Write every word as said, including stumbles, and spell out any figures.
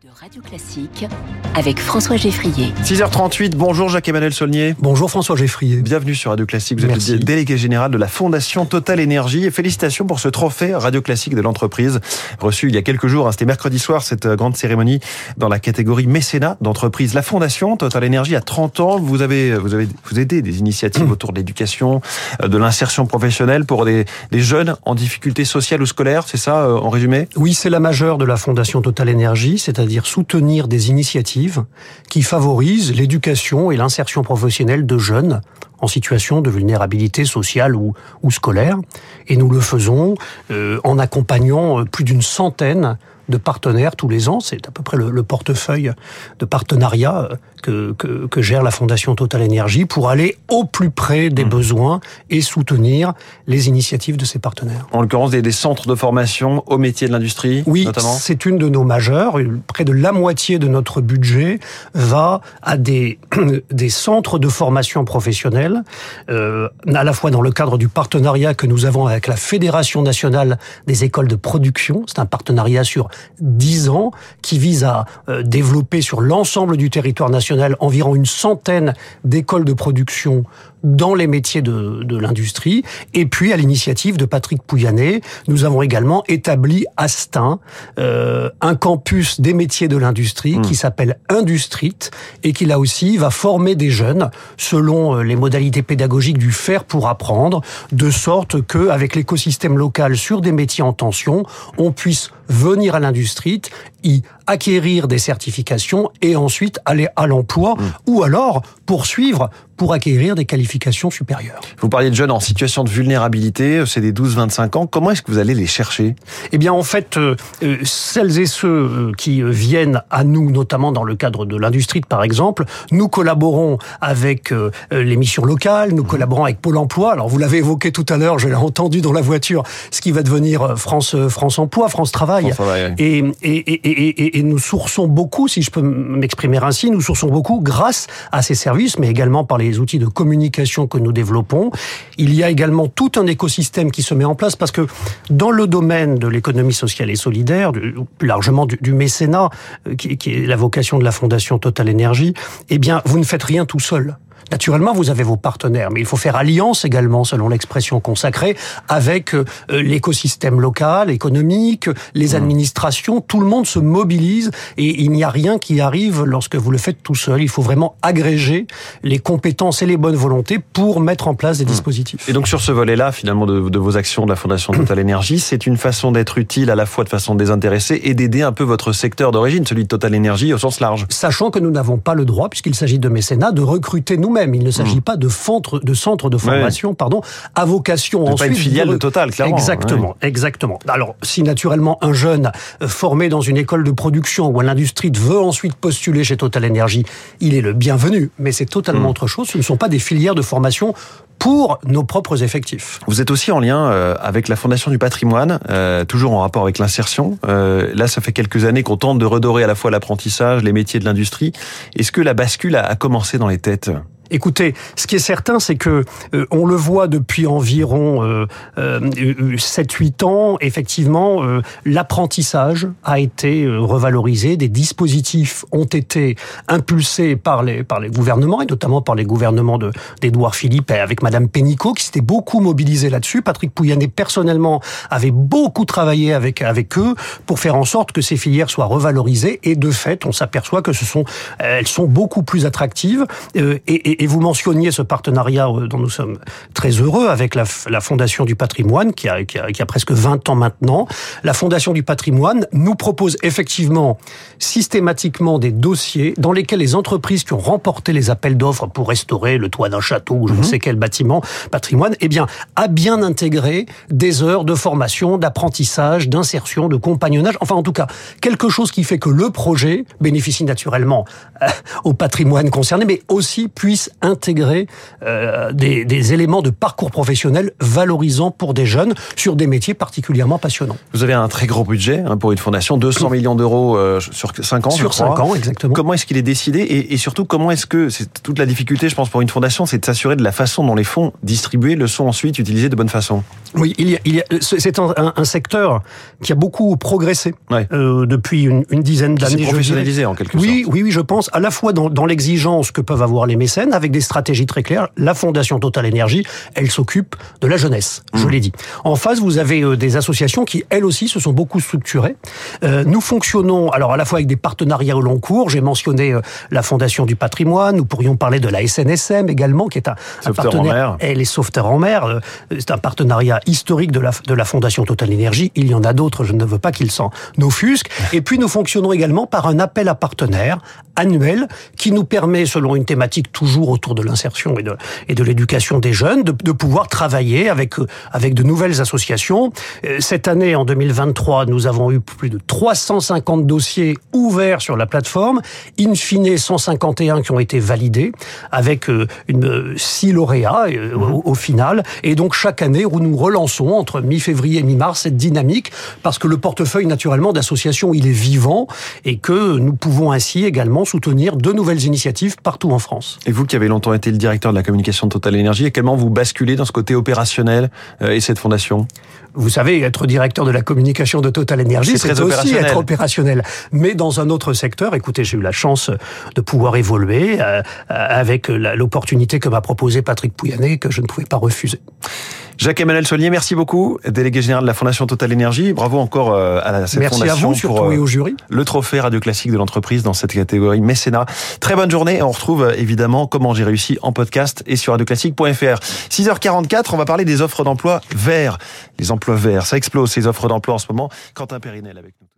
De Radio Classique avec François Geffrier. six heures trente-huit, bonjour Jacques-Emmanuel Saulnier. Bonjour François Geffrier. Bienvenue sur Radio Classique, vous Merci. êtes le délégué général de la Fondation Total Énergie et félicitations pour ce trophée Radio Classique de l'entreprise reçu il y a quelques jours. C'était mercredi soir cette grande cérémonie dans la catégorie mécénat d'entreprise. La Fondation Total Énergie a trente ans, vous avez, vous avez vous aidé des initiatives autour de l'éducation, de l'insertion professionnelle pour des, des jeunes en difficulté sociale ou scolaire, c'est ça en résumé ? Oui, c'est la majeure de la Fondation Total Énergie, c'est-à-dire soutenir des initiatives qui favorisent l'éducation et l'insertion professionnelle de jeunes en situation de vulnérabilité sociale ou, ou scolaire. Et nous le faisons euh, en accompagnant plus d'une centaine de partenaires tous les ans. C'est à peu près le, le portefeuille de partenariat que, que, que gère la Fondation Total Énergie pour aller au plus près des mmh. besoins et soutenir les initiatives de ces partenaires. En l'occurrence, des, des centres de formation au métier de l'industrie, oui, notamment. Oui, c'est une de nos majeures. Près de la moitié de notre budget va à des, des centres de formation professionnelle, euh, à la fois dans le cadre du partenariat que nous avons avec la Fédération nationale des écoles de production. C'est un partenariat sur dix ans qui vise à euh, développer sur l'ensemble du territoire national environ une centaine d'écoles de production dans les métiers de, de l'industrie. Et puis, à l'initiative de Patrick Pouyanné, nous avons également établi à Stein euh, un campus des métiers de l'industrie mmh. qui s'appelle Industrit et qui, là aussi, va former des jeunes selon les modalités pédagogiques du faire pour apprendre, de sorte que, avec l'écosystème local sur des métiers en tension, on puisse venir à l'Industrit, y acquérir des certifications et ensuite aller à l'emploi mmh. ou alors poursuivre pour acquérir des qualifications supérieures. Vous parliez de jeunes en situation de vulnérabilité, c'est des douze vingt-cinq ans. Comment est-ce que vous allez les chercher ? Eh bien, en fait, euh, celles et ceux euh, qui viennent à nous, notamment dans le cadre de l'Industrie, par exemple, nous collaborons avec euh, les missions locales, nous mmh. collaborons avec Pôle emploi. Alors, vous l'avez évoqué tout à l'heure, je l'ai entendu dans la voiture, ce qui va devenir France, France Emploi, France Travail. France Travail oui. et, et, et, et, et nous sourçons beaucoup, si je peux m'exprimer ainsi, nous sourçons beaucoup grâce à ces services, mais également par les les outils de communication que nous développons. Il y a également tout un écosystème qui se met en place parce que dans le domaine de l'économie sociale et solidaire, plus largement du, du mécénat, qui, qui est la vocation de la Fondation Total Énergie, eh bien, vous ne faites rien tout seul. Naturellement, vous avez vos partenaires, mais il faut faire alliance également, selon l'expression consacrée, avec euh, l'écosystème local, économique, les administrations. Tout le monde se mobilise et il n'y a rien qui arrive lorsque vous le faites tout seul. Il faut vraiment agréger les compétences et les bonnes volontés pour mettre en place des dispositifs. Et donc sur ce volet-là, finalement, de, de vos actions de la Fondation Total Énergie, c'est une façon d'être utile à la fois de façon désintéressée et d'aider un peu votre secteur d'origine, celui de Total Énergie, au sens large. Sachant que nous n'avons pas le droit, puisqu'il s'agit de mécénat, de recruter nous même. Il ne s'agit mmh. pas de centre de, centre de formation, ouais. pardon, à vocation de ensuite... pas une filiale de Total, clairement. Exactement, ouais. exactement. Alors, si naturellement un jeune formé dans une école de production ou à l'industrie veut ensuite postuler chez Total Énergie, il est le bienvenu. Mais c'est totalement mmh. autre chose. Ce ne sont pas des filières de formation pour nos propres effectifs. Vous êtes aussi en lien euh, avec la Fondation du Patrimoine, euh, toujours en rapport avec l'insertion. Euh, là, ça fait quelques années qu'on tente de redorer à la fois l'apprentissage, les métiers de l'industrie. Est-ce que la bascule a, a commencé dans les têtes ? Écoutez, ce qui est certain, c'est que euh, on le voit depuis environ euh, euh, sept huit ans, effectivement, euh, l'apprentissage a été euh, revalorisé, des dispositifs ont été impulsés par les par les gouvernements, et notamment par les gouvernements de d'Édouard Philippe et avec Madame Pénicaud, qui s'était beaucoup mobilisée là-dessus. Patrick Pouyanné, personnellement, avait beaucoup travaillé avec avec eux pour faire en sorte que ces filières soient revalorisées, et de fait, on s'aperçoit que ce sont elles sont beaucoup plus attractives, euh, et, et Et vous mentionniez ce partenariat dont nous sommes très heureux avec la, la Fondation du Patrimoine, qui a, qui, a, qui a presque vingt ans maintenant. La Fondation du Patrimoine nous propose effectivement systématiquement des dossiers dans lesquels les entreprises qui ont remporté les appels d'offres pour restaurer le toit d'un château ou je ne sais quel bâtiment patrimoine, eh bien, a bien intégré des heures de formation, d'apprentissage, d'insertion, de compagnonnage. Enfin, en tout cas, quelque chose qui fait que le projet bénéficie naturellement euh, au patrimoine concerné, mais aussi puisse puisse intégrer euh, des, des éléments de parcours professionnel valorisants pour des jeunes sur des métiers particulièrement passionnants. Vous avez un très gros budget hein, pour une fondation, deux cents millions d'euros euh, sur cinq ans, sur je crois. cinq ans, exactement. Comment est-ce qu'il est décidé et, et surtout, comment est-ce que, c'est toute la difficulté, je pense, pour une fondation, c'est de s'assurer de la façon dont les fonds distribués le sont ensuite utilisés de bonne façon. Oui, il y a, il y a, c'est un, un, un secteur qui a beaucoup progressé ouais. euh, depuis une, une dizaine d'années. C'est professionnalisé en quelque oui, sorte. Oui, oui, je pense, à la fois dans, dans l'exigence que peuvent avoir les mécènes, avec des stratégies très claires. La Fondation Total Énergie, elle s'occupe de la jeunesse, mmh. je l'ai dit. En face, vous avez euh, des associations qui, elles aussi, se sont beaucoup structurées. Euh, nous fonctionnons, alors à la fois avec des partenariats au long cours. J'ai mentionné euh, la Fondation du Patrimoine. Nous pourrions parler de la S N S M également, qui est un, un partenaire. Et les sauveteurs en mer. Euh, c'est un partenariat historique de la, de la Fondation Total Énergie. Il y en a d'autres, je ne veux pas qu'ils s'en offusquent. Et puis nous fonctionnons également par un appel à partenaires annuel qui nous permet, selon une thématique toujours autour de l'insertion et de, et de l'éducation des jeunes, de, de pouvoir travailler avec, avec de nouvelles associations. Cette année, en deux mille vingt-trois, nous avons eu plus de trois cent cinquante dossiers ouverts sur la plateforme, in fine cent cinquante et un qui ont été validés, avec une, six lauréats mmh. au, au final. Et donc chaque année, où nous relançons entre mi-février et mi-mars cette dynamique, parce que le portefeuille naturellement d'associations, il est vivant, et que nous pouvons ainsi également soutenir de nouvelles initiatives partout en France. Et vous qui avez longtemps été le directeur de la communication de Total Énergie, comment vous basculez dans ce côté opérationnel euh, et cette fondation ? Vous savez, être directeur de la communication de Total Énergie, c'est, c'est aussi être opérationnel. Mais dans un autre secteur, écoutez, j'ai eu la chance de pouvoir évoluer euh, avec la, l'opportunité que m'a proposée Patrick Pouyanné, que je ne pouvais pas refuser. Jacques-Emmanuel Saulnier, merci beaucoup, délégué général de la Fondation Total Énergie. Bravo encore à cette merci fondation. Merci à vous, surtout, pour et au jury. Le trophée Radio Classique de l'entreprise dans cette catégorie mécénat. Très bonne journée. On retrouve évidemment Comment j'ai réussi en podcast et sur radio classique point f r. six heures quarante-quatre, on va parler des offres d'emploi verts. Les emplois verts, ça explose ces offres d'emploi en ce moment. Quentin Périnel avec nous.